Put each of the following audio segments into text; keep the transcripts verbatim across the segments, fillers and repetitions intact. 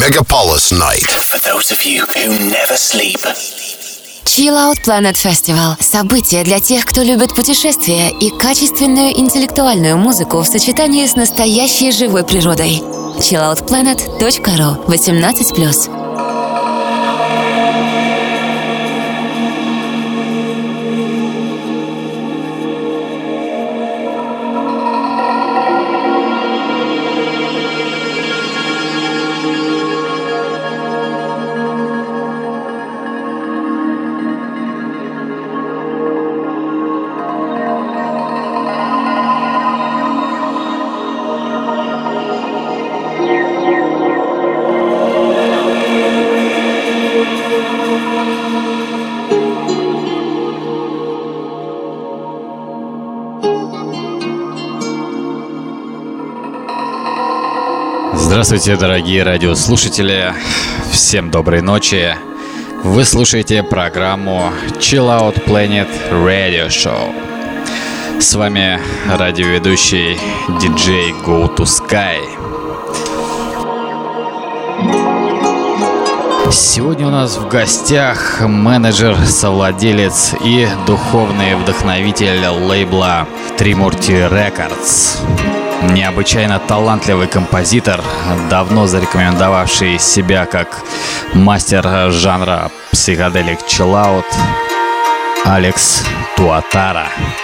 Megapolis Night. For those of you who never sleep. Chill Out Planet Festival – событие для тех, кто любит путешествия и качественную интеллектуальную музыку в сочетании с настоящей живой природой. чилл аут планет точка ру. восемнадцать плюс. Здравствуйте, дорогие радиослушатели. Всем доброй ночи. Вы слушаете программу Chill Out Planet Radio Show. С вами радиоведущий диджей Go to Sky. Сегодня у нас в гостях менеджер, совладелец и духовный вдохновитель лейбла Trimurti Records. Необычайно талантливый композитор, давно зарекомендовавший себя как мастер жанра психоделик чиллаут, Алекс Туатара.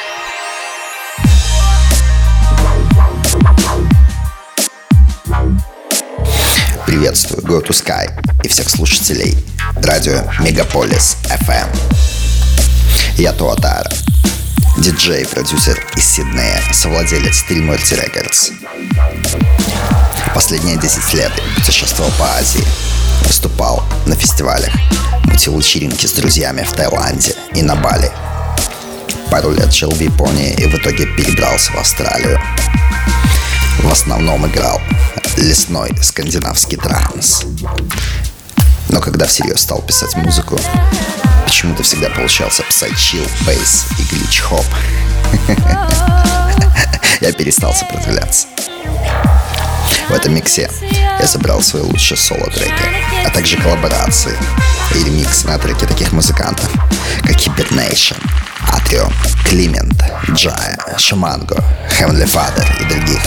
Приветствую Go to Sky и всех слушателей радио Мегаполис эф эм. Я Туатара, диджей, продюсер из Сиднея, совладелец Trimurti Records. Последние десять лет путешествовал по Азии, выступал на фестивалях, мутил вечеринки с друзьями в Таиланде и на Бали. Пару лет жил в Японии и в итоге перебрался в Австралию. В основном играл лесной скандинавский транс. Но когда всерьез стал писать музыку, почему-то всегда получался psy-chill, бейс и глич-хоп. Я перестал сопротивляться. В этом миксе я собрал свои лучшие соло-треки, а также коллаборации и ремиксы на треки таких музыкантов, как Hibernation, Atrium, Clement, Jaya, Shamango, Heavenly Father и других.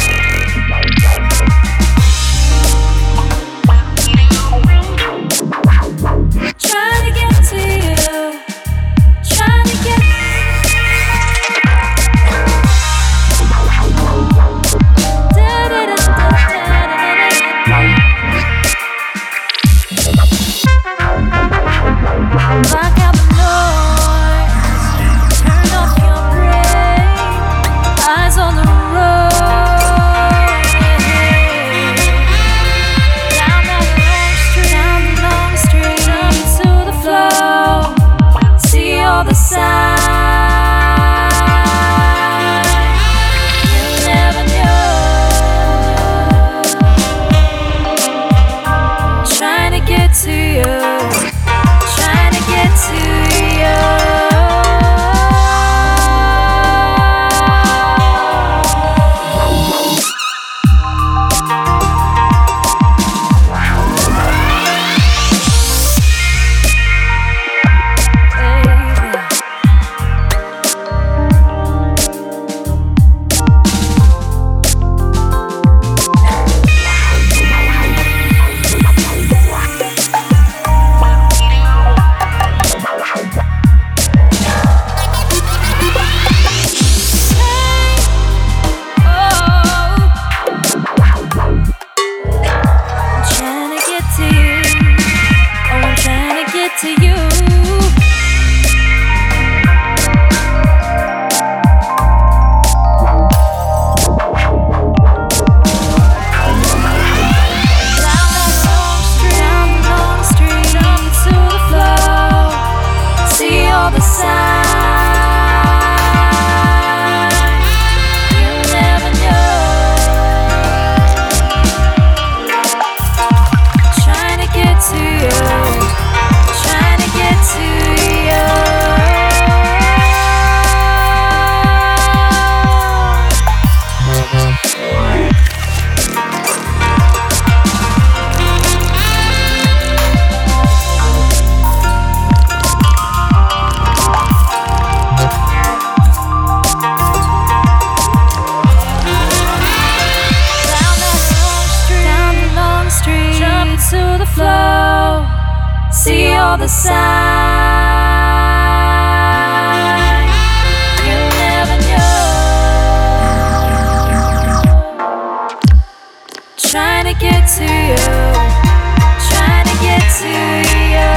Eyes on the road. see all the signs. You never know. Trying to get to you, trying to get to you.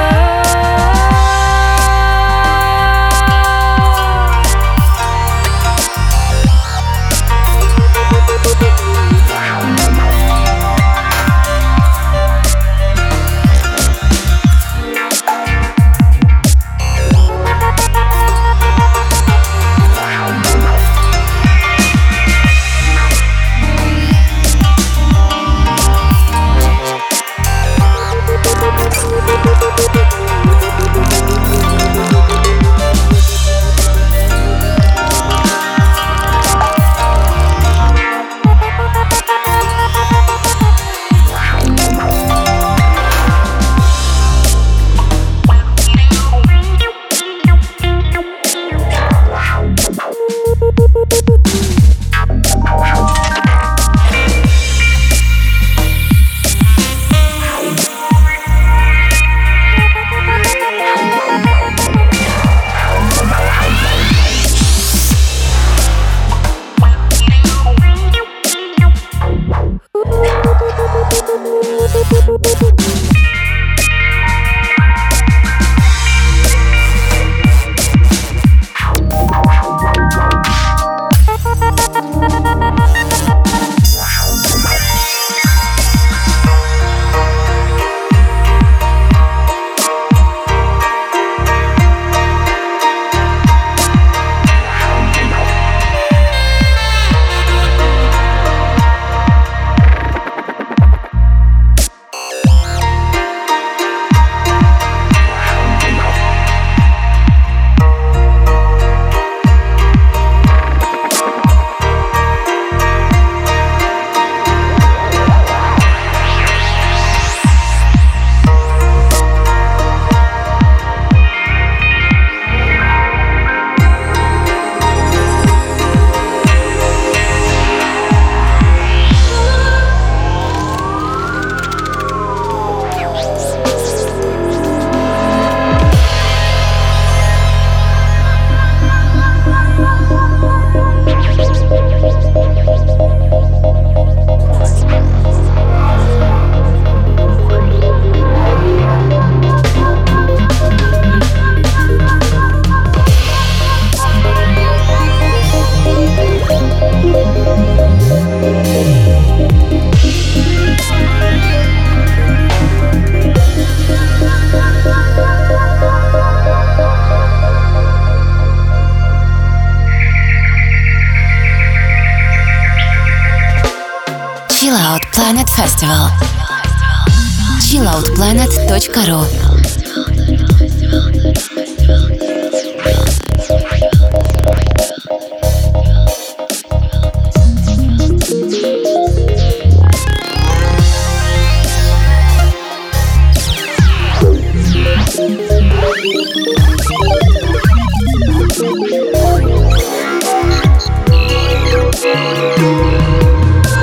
Chill Out Planet Festival. чил аут планет точка ру.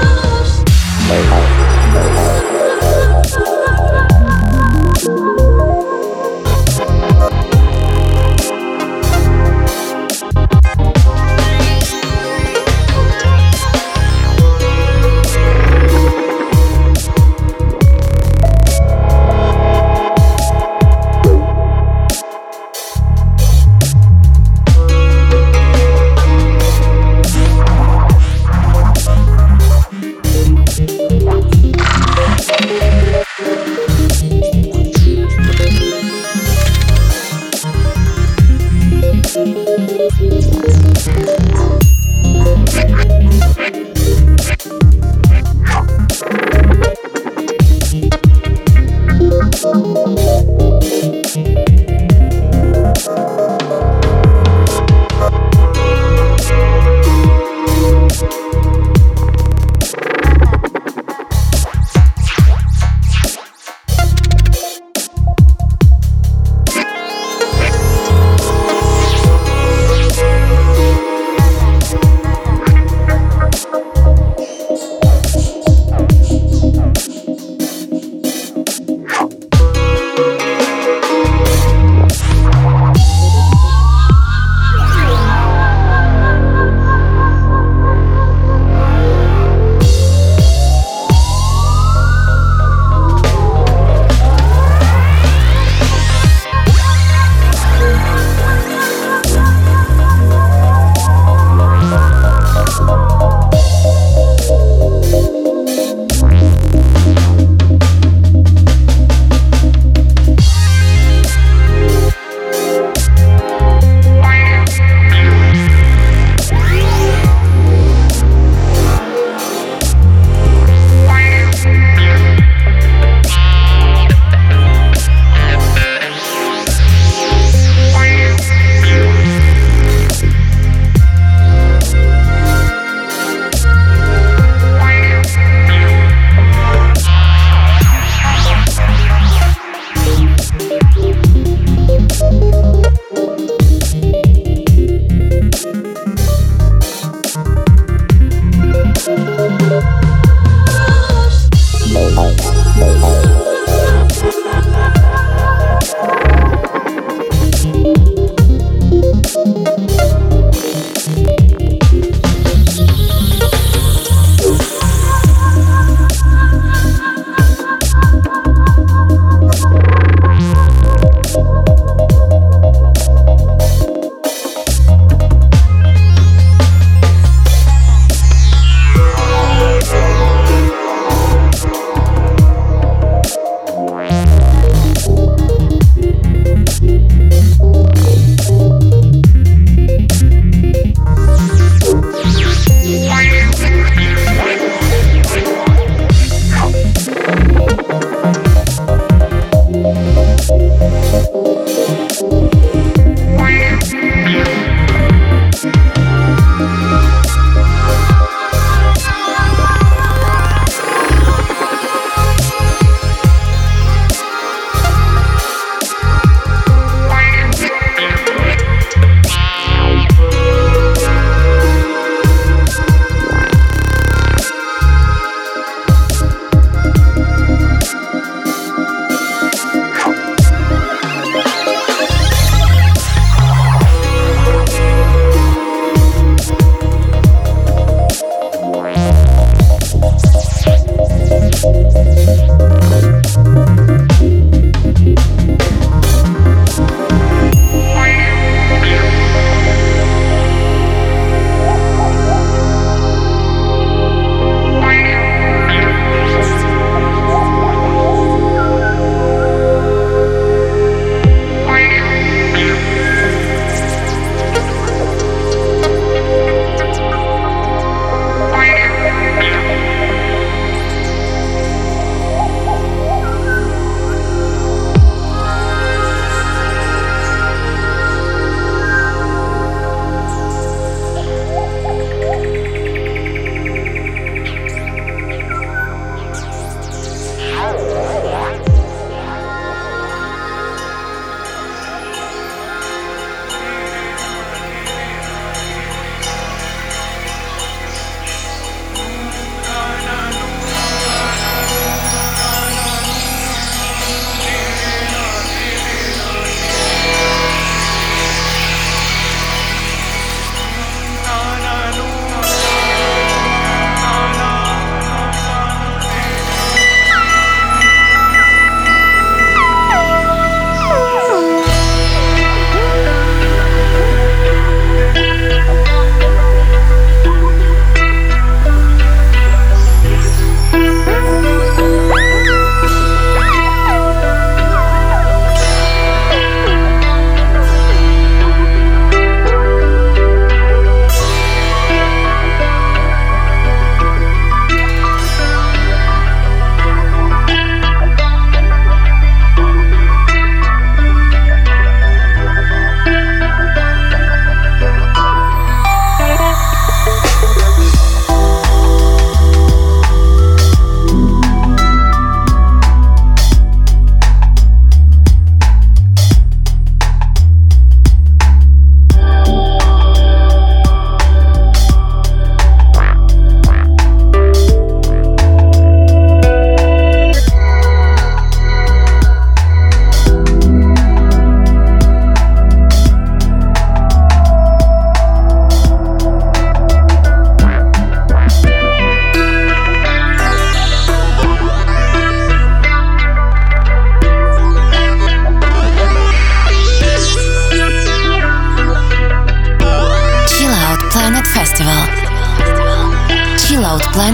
We'll be right back.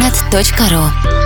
planet точка ру.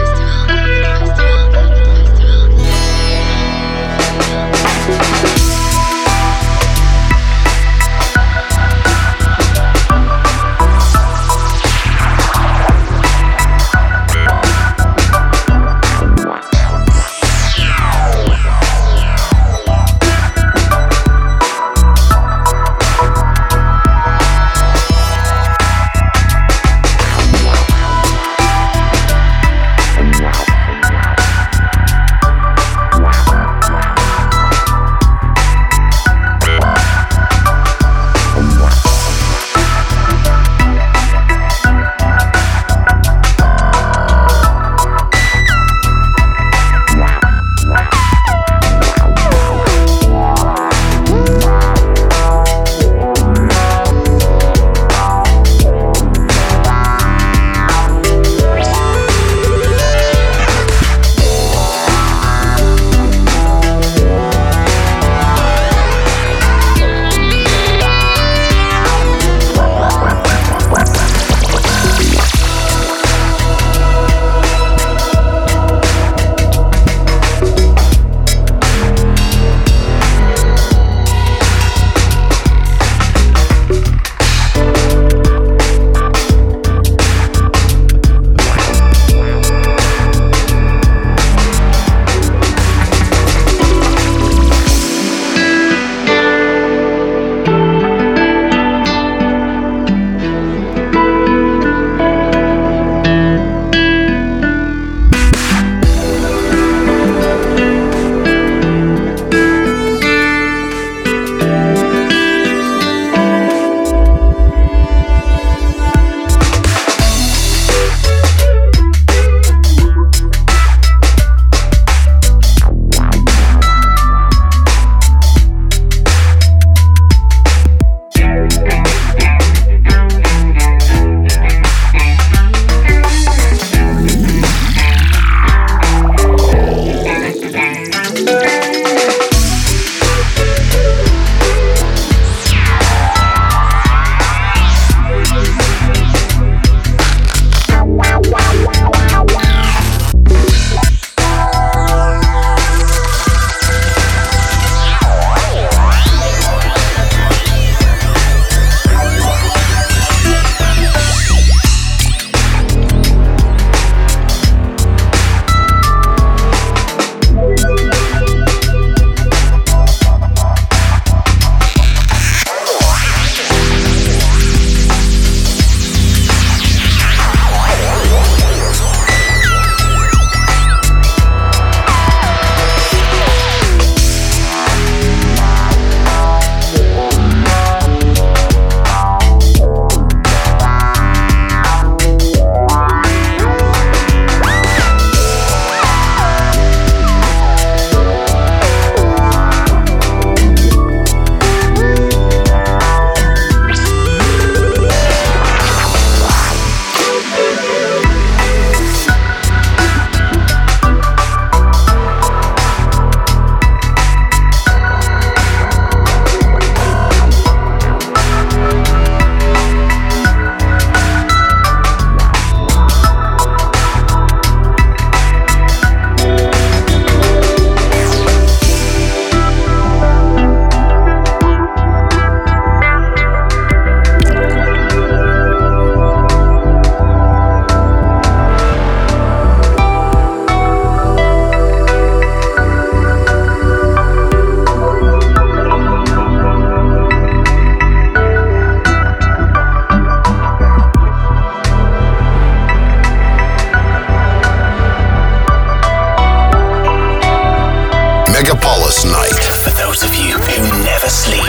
Megapolis Night. For those of you who never sleep.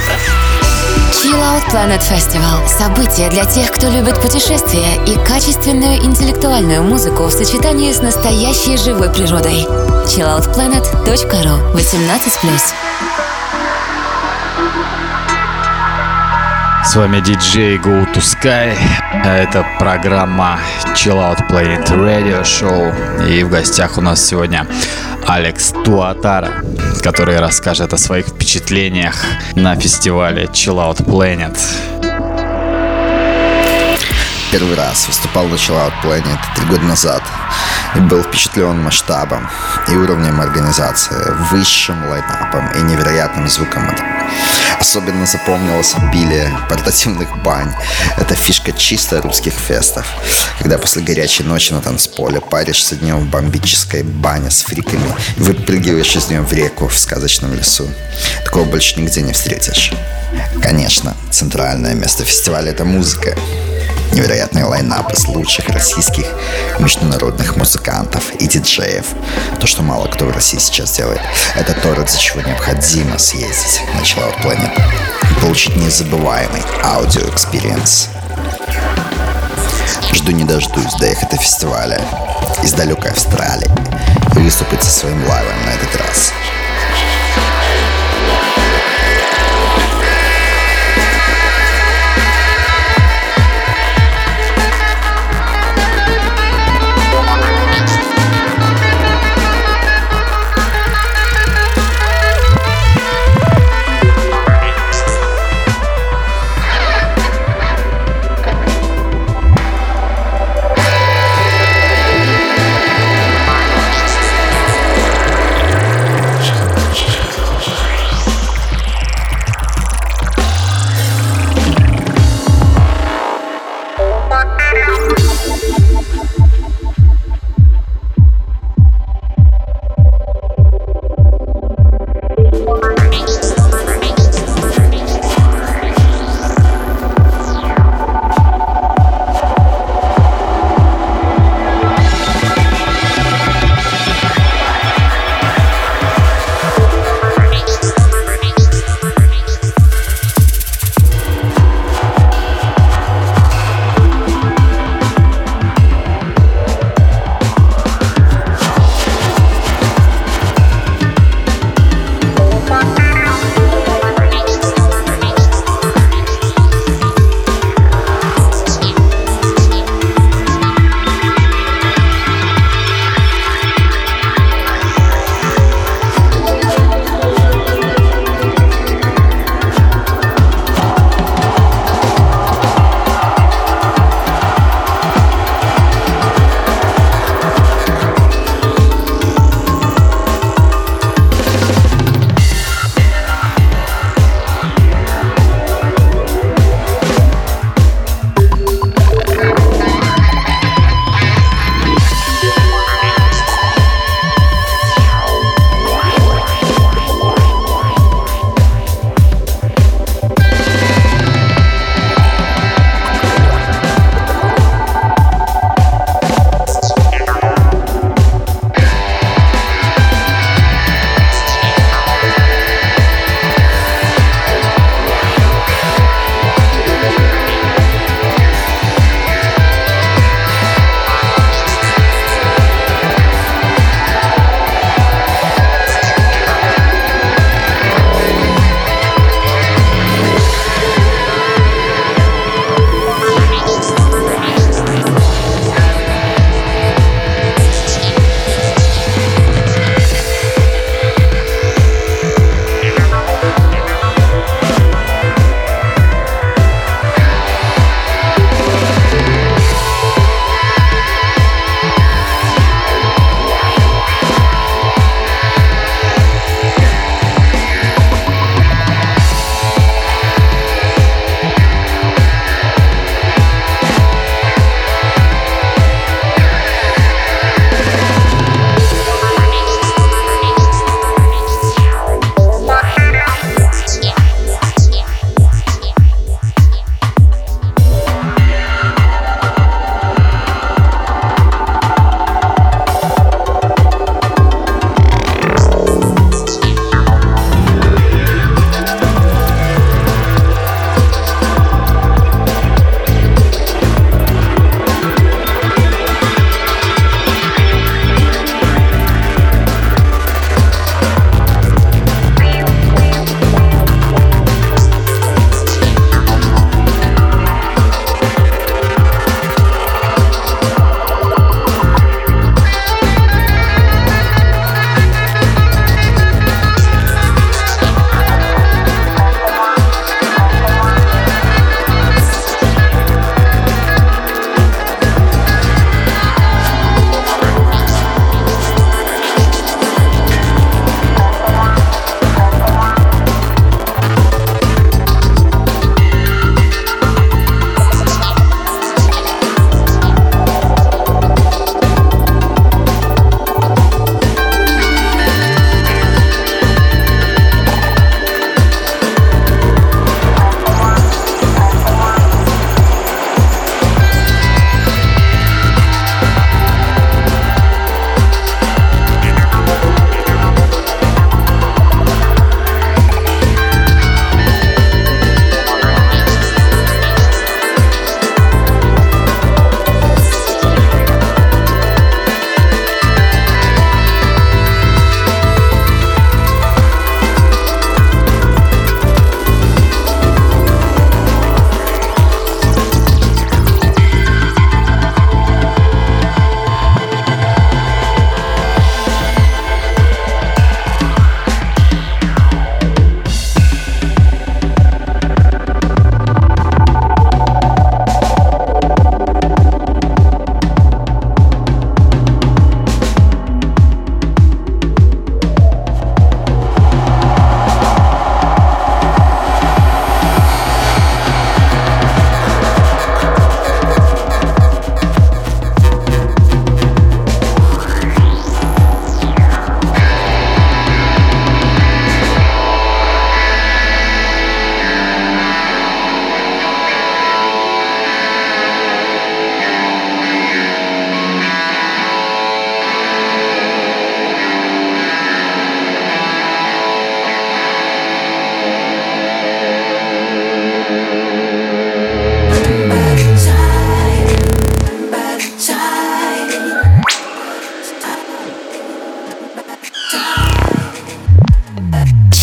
Chill Out Planet Festival – событие для тех, кто любит путешествия и качественную интеллектуальную музыку в сочетании с настоящей живой природой. чилл аут планет точка ру. восемнадцать плюс. С вами диджей Go to Sky. Это программа Chill Out Planet Radio Show. И в гостях у нас сегодня Алекс Туатара, который расскажет о своих впечатлениях на фестивале Chill Out Planet. первый раз выступал на Chill Out Planet три года назад и был впечатлен масштабом и уровнем организации, высшим лайнапом и невероятным звуком. Особенно запомнилось обилие портативных бань. Это фишка чисто русских фестов, когда после горячей ночи на танцполе паришься днем в бомбической бане с фриками и выпрыгиваешь из нее в реку в сказочном лесу. Такого больше нигде не встретишь. Конечно, центральное место фестиваля — это музыка. Невероятный лайнап из лучших российских международных музыкантов и диджеев. То, что мало кто в России сейчас делает. Это то, ради чего необходимо съездить на Chill Out Planet и получить незабываемый аудио-экспириенс. Жду не дождусь доехать до фестиваля из далекой Австралии и выступить со своим лайвом на этот раз.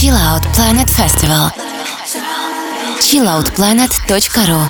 Chill Out Planet Festival. chill out planet точка ру.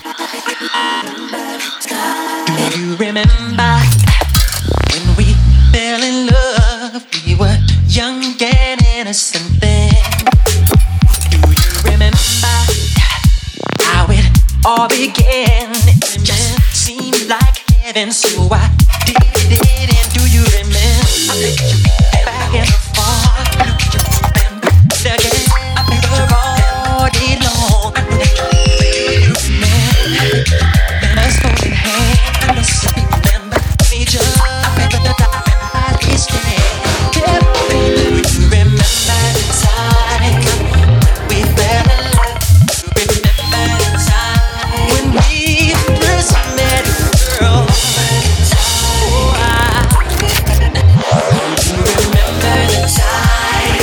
You remember when we fell in love? We were young and innocent then. Do you remember how it all began? It just seemed like heaven, so I did it. And do you remember? I think you back in the fall. Again, I think you're all day long. Do you remember? Us holding hands. Remember me just the time we stand. Do you remember the time we fell in love? Do you remember the time when we first met, girl? Oh, I, do you remember the time?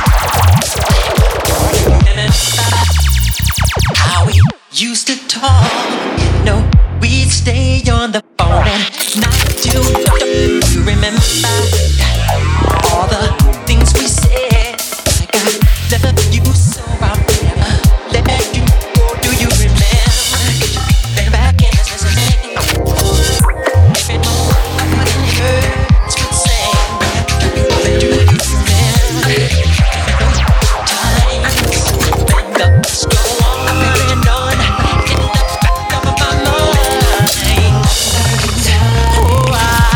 Remember how we used to talk? You know, we'd stay on the phone and not do. Do you remember all the things we said? Like I love you so I'll never let you go. Do you remember back in the day? Every note I words would say. Do you remember time? Remember slow on and on in the back of my mind. Oh, I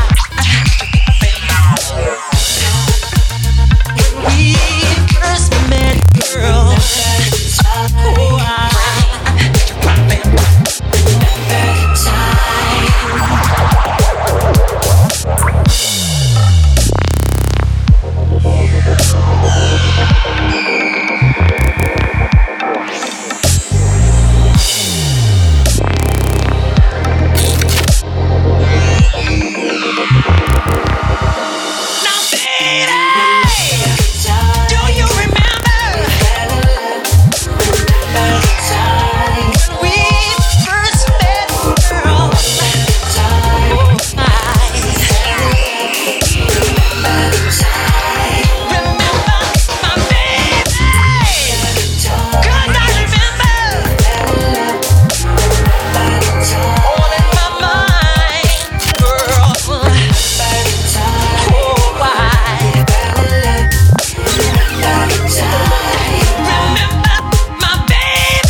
when we first met, girl. Oh, I remember the time. Now, baby, do you remember when we first met, girl? Oh, I remember my baby. 'Cause I remember all in my mind, girl. Oh, I remember my baby.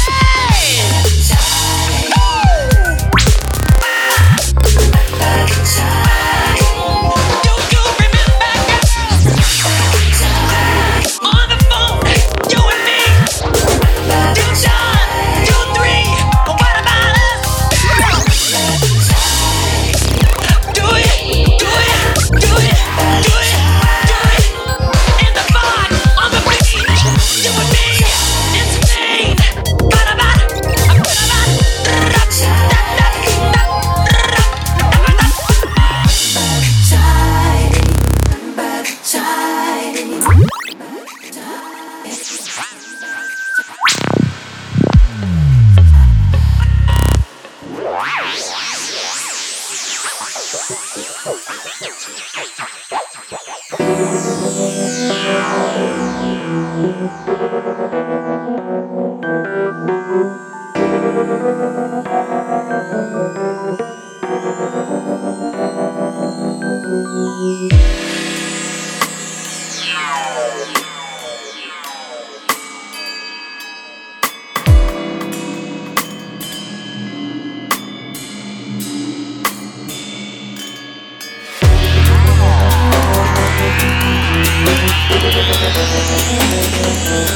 Do you remember, girl? On the phone, you and me. Do John, do three. What about us? Do it, do it, do it, do it, do it. In the bar, on the beach, you and me. It's Spain. What about? What Thank you.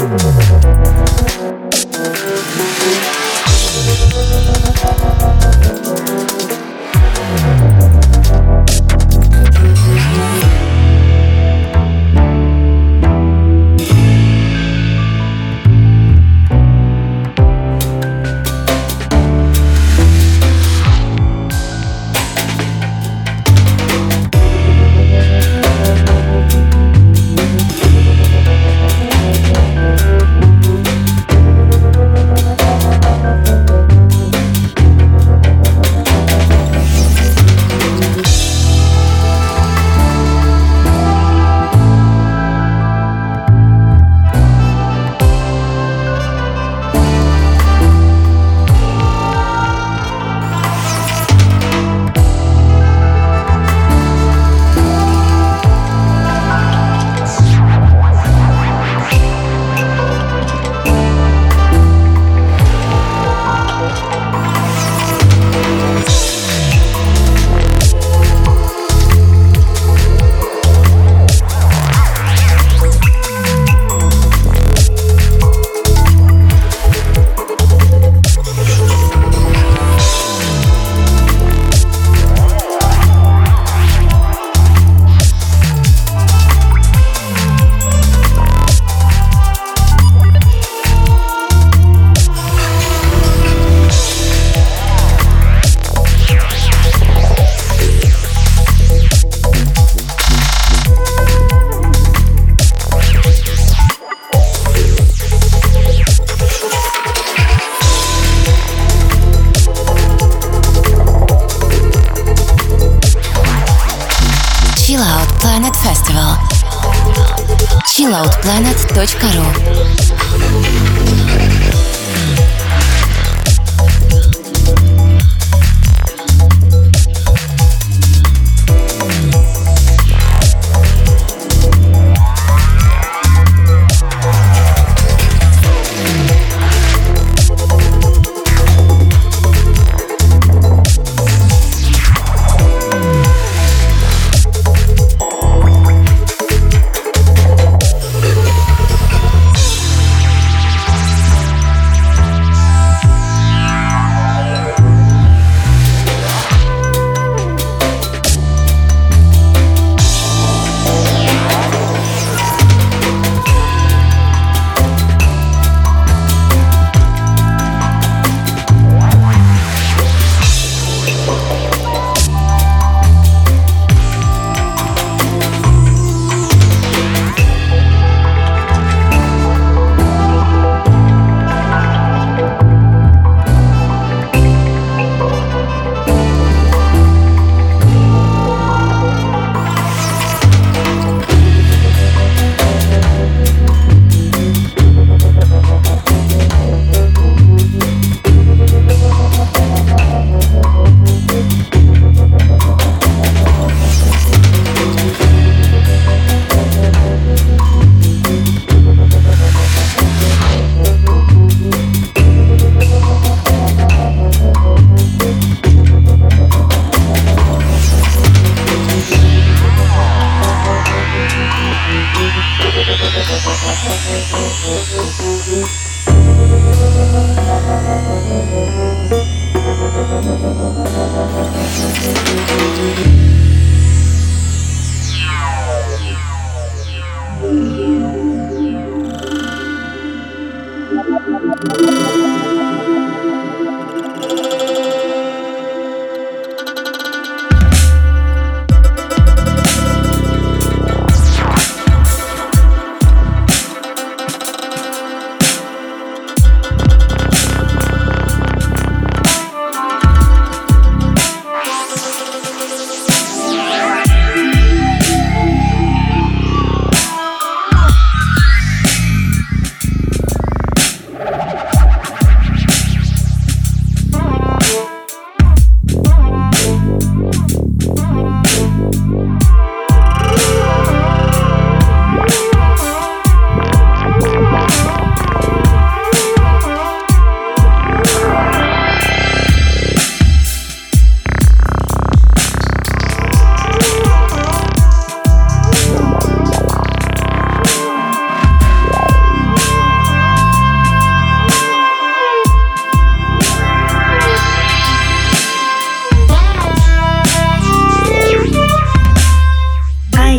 Planet Festival. чилл аут планет точка ру.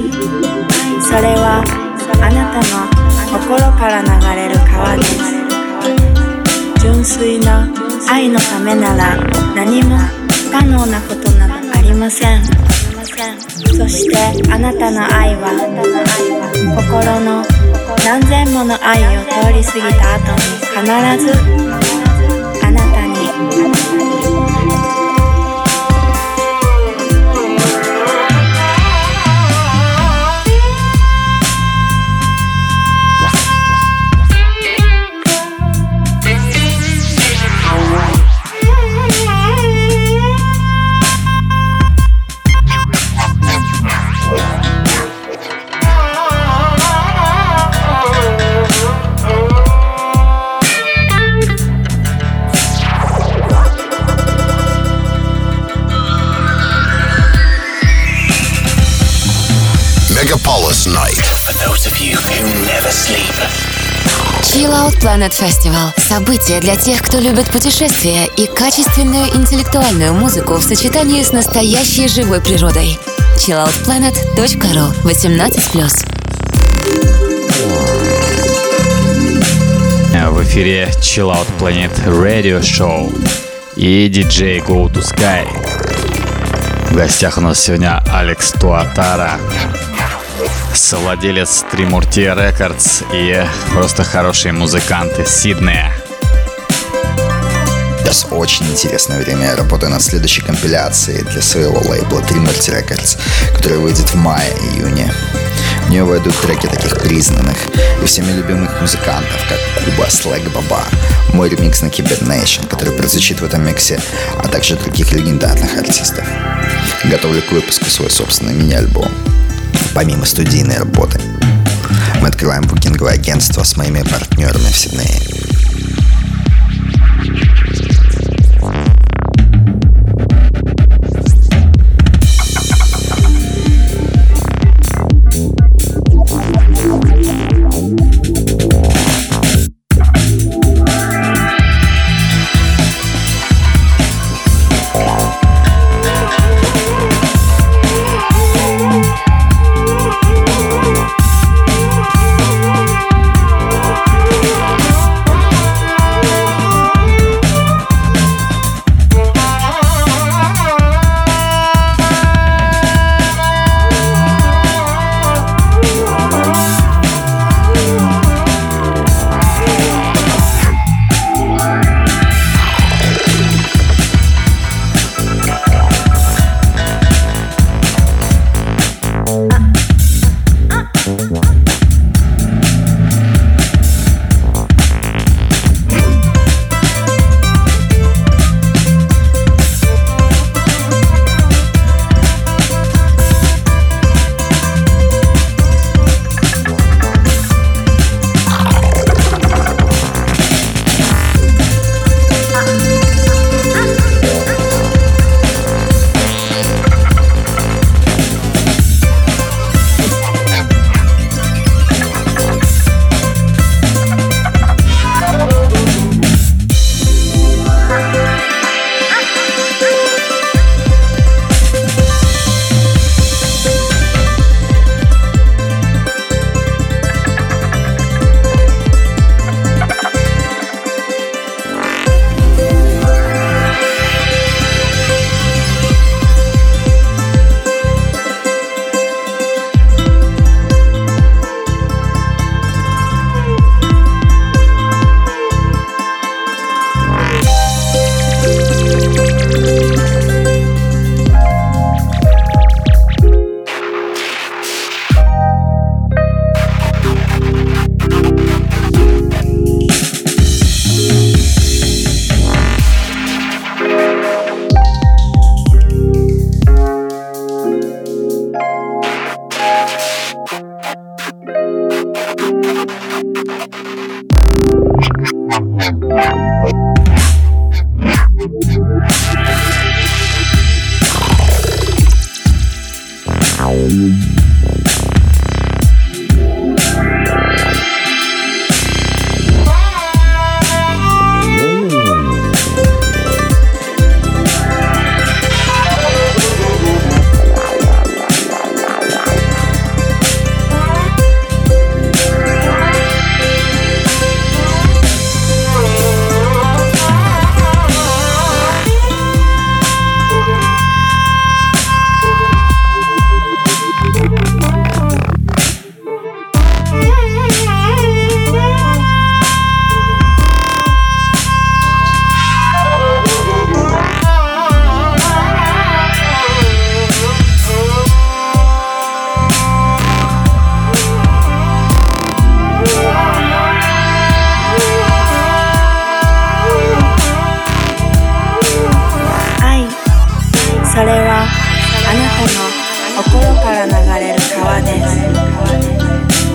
それはあなたの心から流れる川です。純粋な愛のためなら何も不可能なことなどありません。そしてあなたの愛は心の何千もの愛を通り過ぎた後に必ずあなたに Megapolis Night. For those of you who never sleep. Chill Out Planet Festival – событие для тех, кто любит путешествия и качественную интеллектуальную музыку в сочетании с настоящей живой природой. чилл аут планет точка ру, восемнадцать плюс. В эфире Chill Out Planet Radio Show и диджей Go to Sky. В гостях у нас сегодня Алекс Туатара, совладелец Trimurti Records и просто хороший музыкант из Сиднея. Сейчас очень интересное время. Я работаю над следующей компиляцией для своего лейбла Trimurti Records, которая выйдет в мае-июне. В нее войдут треки таких признанных и всеми любимых музыкантов, как Куба, Slack Baba, мой ремикс на Kibet Nation, который прозвучит в этом миксе, а также других легендарных артистов. Готовлю к выпуску свой собственный мини-альбом. Помимо студийной работы, мы открываем букинговое агентство с моими партнерами в Сиднее.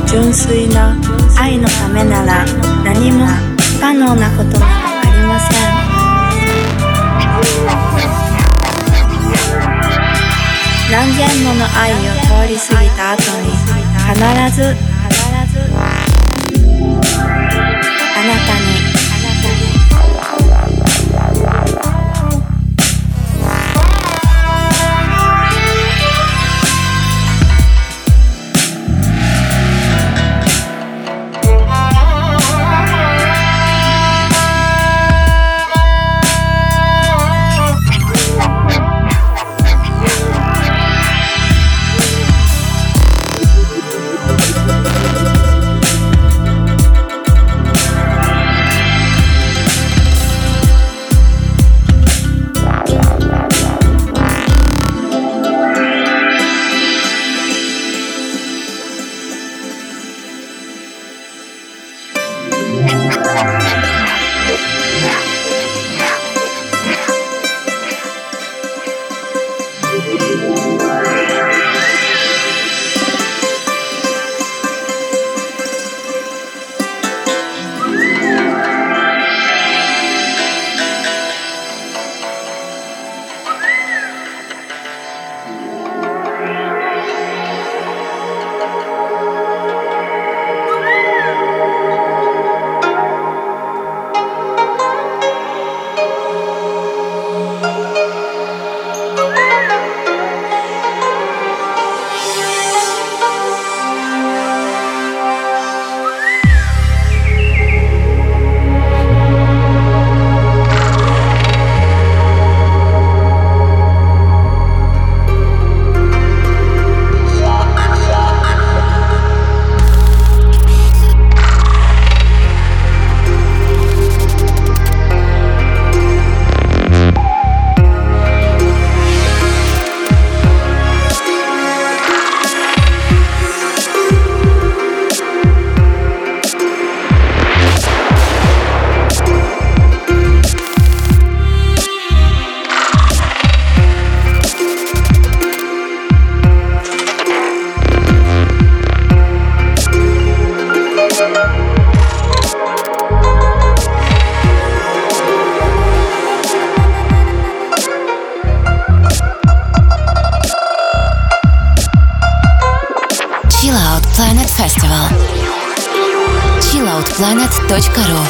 純粋な愛のためなら何も不可能なことなどありません。何千もの愛を通り過ぎた後に必ずあなたに Planet Festival. чил аут планет точка ру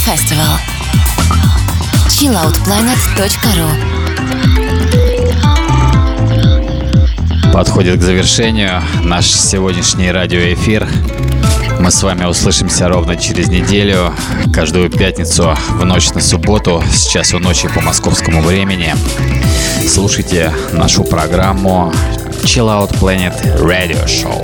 Festival. чилл аут планет точка ру. Подходит к завершению наш сегодняшний радиоэфир. Мы с вами услышимся ровно через неделю, каждую пятницу в ночь на субботу, с часу ночи по московскому времени. Слушайте нашу программу Chill Out Planet Radio Show.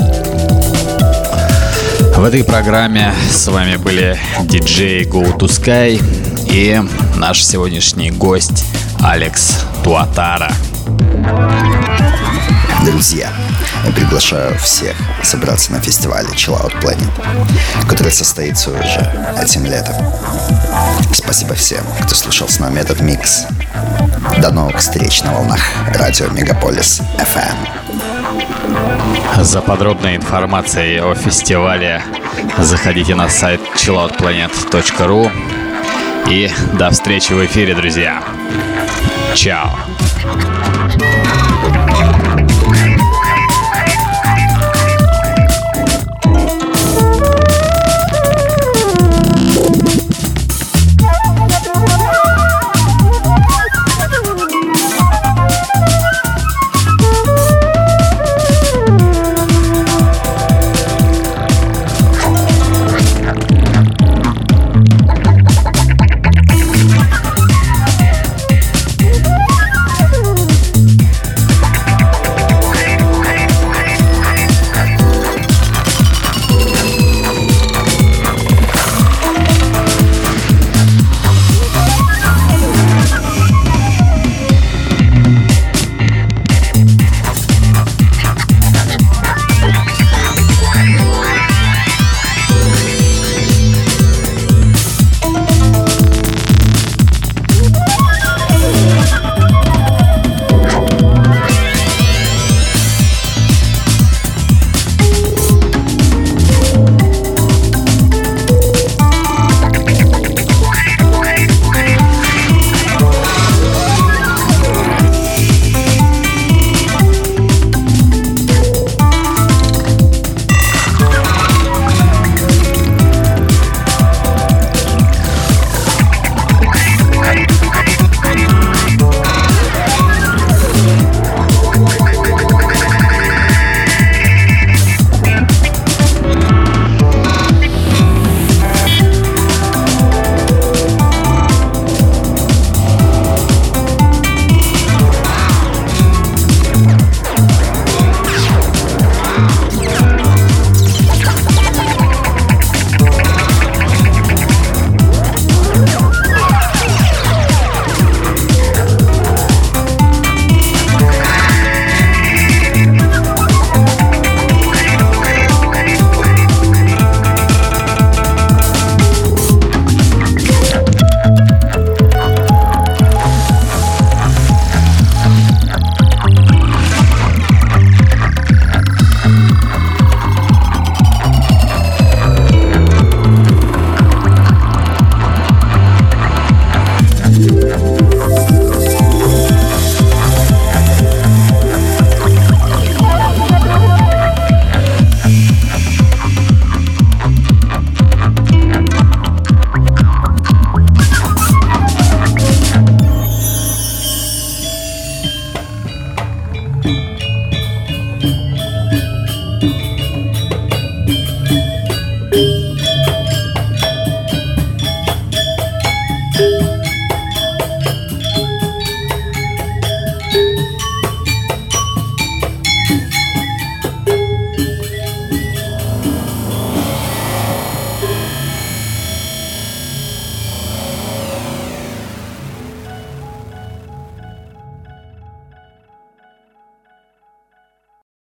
В этой программе с вами были диджей Go to Sky и наш сегодняшний гость Алекс Туатара. Друзья, я приглашаю всех собраться на фестивале Chill Out Planet, который состоится уже этим летом. Спасибо всем, кто слушал с нами этот микс. До новых встреч на волнах радио Мегаполис эф эм. За подробной информацией о фестивале заходите на сайт чилл аут планет точка ру. И до встречи в эфире, друзья. Чао.